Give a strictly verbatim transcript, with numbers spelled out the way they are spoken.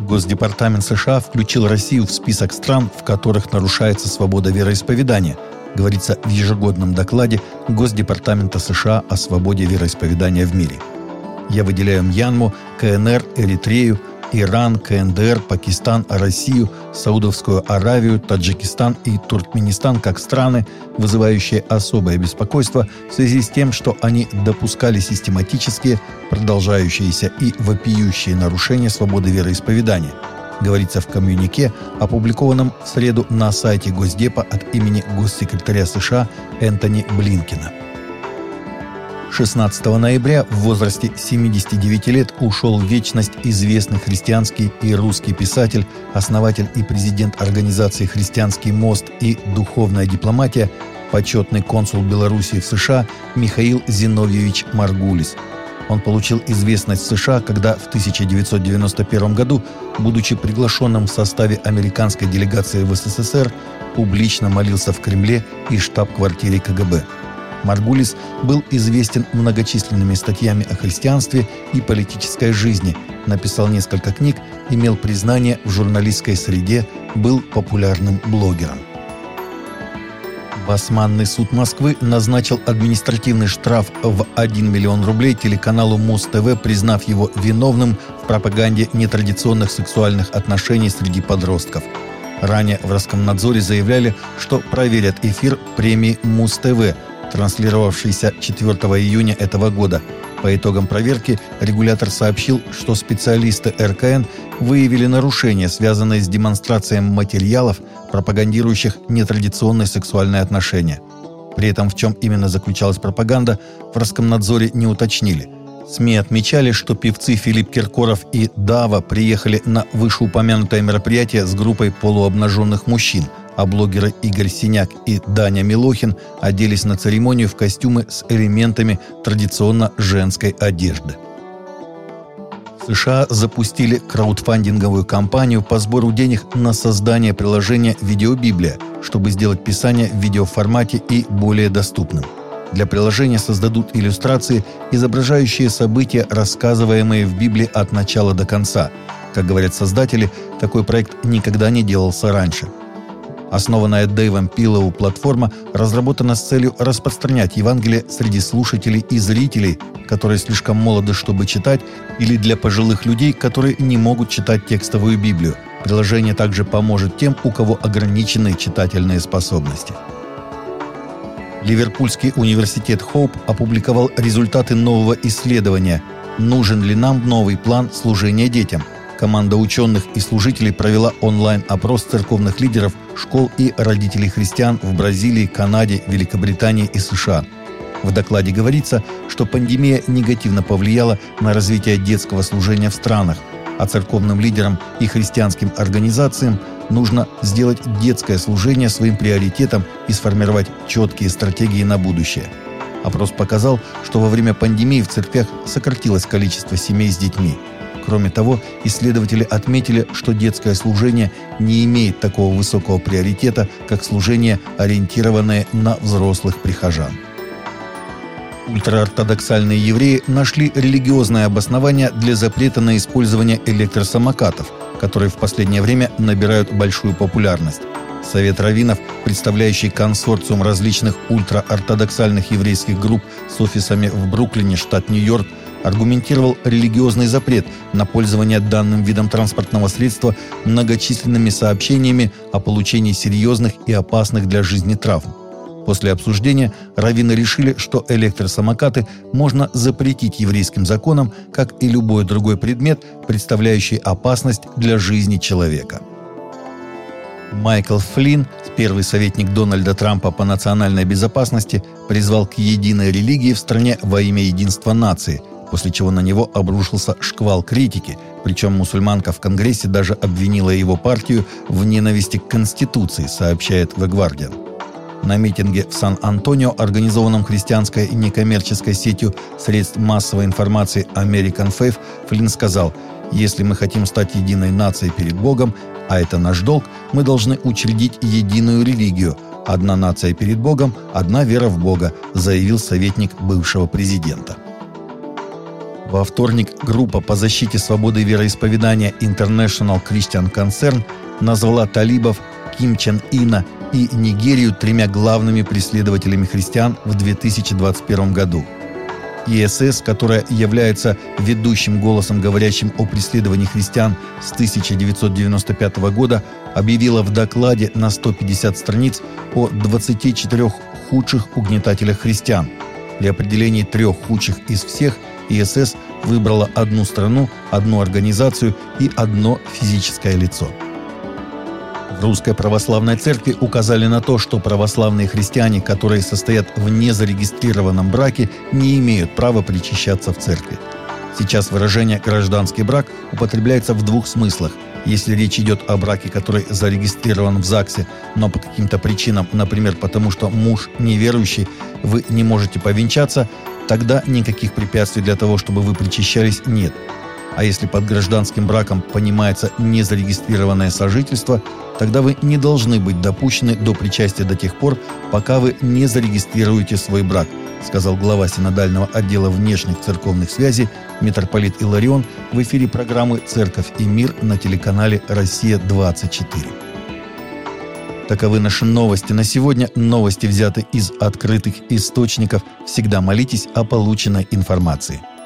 Госдепартамент США включил Россию в список стран, в которых нарушается свобода вероисповедания, говорится в ежегодном докладе Госдепартамента США о свободе вероисповедания в мире. Я выделяю Мьянму, КНР, Эритрею, Иран, КНДР, Пакистан, Россию, Саудовскую Аравию, Таджикистан и Туркменистан как страны, вызывающие особое беспокойство в связи с тем, что они допускали систематические, продолжающиеся и вопиющие нарушения свободы вероисповедания, говорится в коммюнике, опубликованном в среду на сайте Госдепа от имени госсекретаря США Энтони Блинкена. шестнадцатого ноября в возрасте семидесяти девяти лет ушел в вечность известный христианский и русский писатель, основатель и президент организации «Христианский мост» и «Духовная дипломатия», почетный консул Белоруссии в США Михаил Зиновьевич Маргулис. Он получил известность в США, когда в тысяча девятьсот девяносто первом году, будучи приглашенным в составе американской делегации в СССР, публично молился в Кремле и штаб-квартире КГБ. Маргулис был известен многочисленными статьями о христианстве и политической жизни, написал несколько книг, имел признание в журналистской среде, был популярным блогером. Басманный суд Москвы назначил административный штраф в один миллион рублей телеканалу Муз-ТВ, признав его виновным в пропаганде нетрадиционных сексуальных отношений среди подростков. Ранее в Роскомнадзоре заявляли, что проверят эфир премии Муз-ТВ, транслировавшийся четвёртого июня этого года. По итогам проверки регулятор сообщил, что специалисты эр ка эн выявили нарушения, связанные с демонстрацией материалов, пропагандирующих нетрадиционные сексуальные отношения. При этом в чем именно заключалась пропаганда, в Роскомнадзоре не уточнили. СМИ отмечали, что певцы Филипп Киркоров и Дава приехали на вышеупомянутое мероприятие с группой полуобнаженных мужчин, а блогеры Игорь Синяк и Даня Милохин оделись на церемонию в костюмы с элементами традиционно женской одежды. США запустили краудфандинговую кампанию по сбору денег на создание приложения «Видеобиблия», чтобы сделать писание в видеоформате и более доступным. Для приложения создадут иллюстрации, изображающие события, рассказываемые в Библии от начала до конца. Как говорят создатели, такой проект никогда не делался раньше. Основанная Дэйвом Пиллоу платформа разработана с целью распространять Евангелие среди слушателей и зрителей, которые слишком молоды, чтобы читать, или для пожилых людей, которые не могут читать текстовую Библию. Приложение также поможет тем, у кого ограничены читательные способности. Ливерпульский университет Хоуп опубликовал результаты нового исследования «Нужен ли нам новый план служения детям?». Команда ученых и служителей провела онлайн-опрос церковных лидеров, школ и родителей христиан в Бразилии, Канаде, Великобритании и США. В докладе говорится, что пандемия негативно повлияла на развитие детского служения в странах, а церковным лидерам и христианским организациям нужно сделать детское служение своим приоритетом и сформировать четкие стратегии на будущее. Опрос показал, что во время пандемии в церквях сократилось количество семей с детьми. Кроме того, исследователи отметили, что детское служение не имеет такого высокого приоритета, как служение, ориентированное на взрослых прихожан. Ультраортодоксальные евреи нашли религиозное обоснование для запрета на использование электросамокатов, которые в последнее время набирают большую популярность. Совет раввинов, представляющий консорциум различных ультраортодоксальных еврейских групп с офисами в Бруклине, штат Нью-Йорк, аргументировал религиозный запрет на пользование данным видом транспортного средства многочисленными сообщениями о получении серьезных и опасных для жизни травм. После обсуждения раввины решили, что электросамокаты можно запретить еврейским законом, как и любой другой предмет, представляющий опасность для жизни человека. Майкл Флинн, первый советник Дональда Трампа по национальной безопасности, призвал к единой религии в стране во имя единства нации, после чего на него обрушился шквал критики, причем мусульманка в Конгрессе даже обвинила его партию в ненависти к Конституции, сообщает The Guardian. На митинге в Сан-Антонио, организованном христианской некоммерческой сетью средств массовой информации American Faith, Флинн сказал: «Если мы хотим стать единой нацией перед Богом, а это наш долг, мы должны учредить единую религию. Одна нация перед Богом, одна вера в Бога», заявил советник бывшего президента. Во вторник группа по защите свободы вероисповедания International Christian Concern назвала талибов, Ким Чен Ына и Нигерию тремя главными преследователями христиан в две тысячи двадцать первом году. И Эс Эс, которая является ведущим голосом, говорящим о преследовании христиан с тысяча девятьсот девяносто пятого года, объявила в докладе на сто пятьдесят страниц о двадцати четырёх худших угнетателях христиан. Для определения трех худших из всех И Эс Эс выбрала одну страну, одну организацию и одно физическое лицо. В Русской Православной Церкви указали на то, что православные христиане, которые состоят в незарегистрированном браке, не имеют права причащаться в церкви. Сейчас выражение «гражданский брак» употребляется в двух смыслах. Если речь идет о браке, который зарегистрирован в ЗАГСе, но по каким-то причинам, например, потому что муж неверующий, вы не можете повенчаться, тогда никаких препятствий для того, чтобы вы причащались, нет. А если под гражданским браком понимается незарегистрированное сожительство, тогда вы не должны быть допущены до причастия до тех пор, пока вы не зарегистрируете свой брак, сказал глава синодального отдела внешних церковных связей митрополит Иларион в эфире программы «Церковь и мир» на телеканале «Россия-двадцать четыре». Таковы наши новости на сегодня. Новости взяты из открытых источников. Всегда молитесь о полученной информации.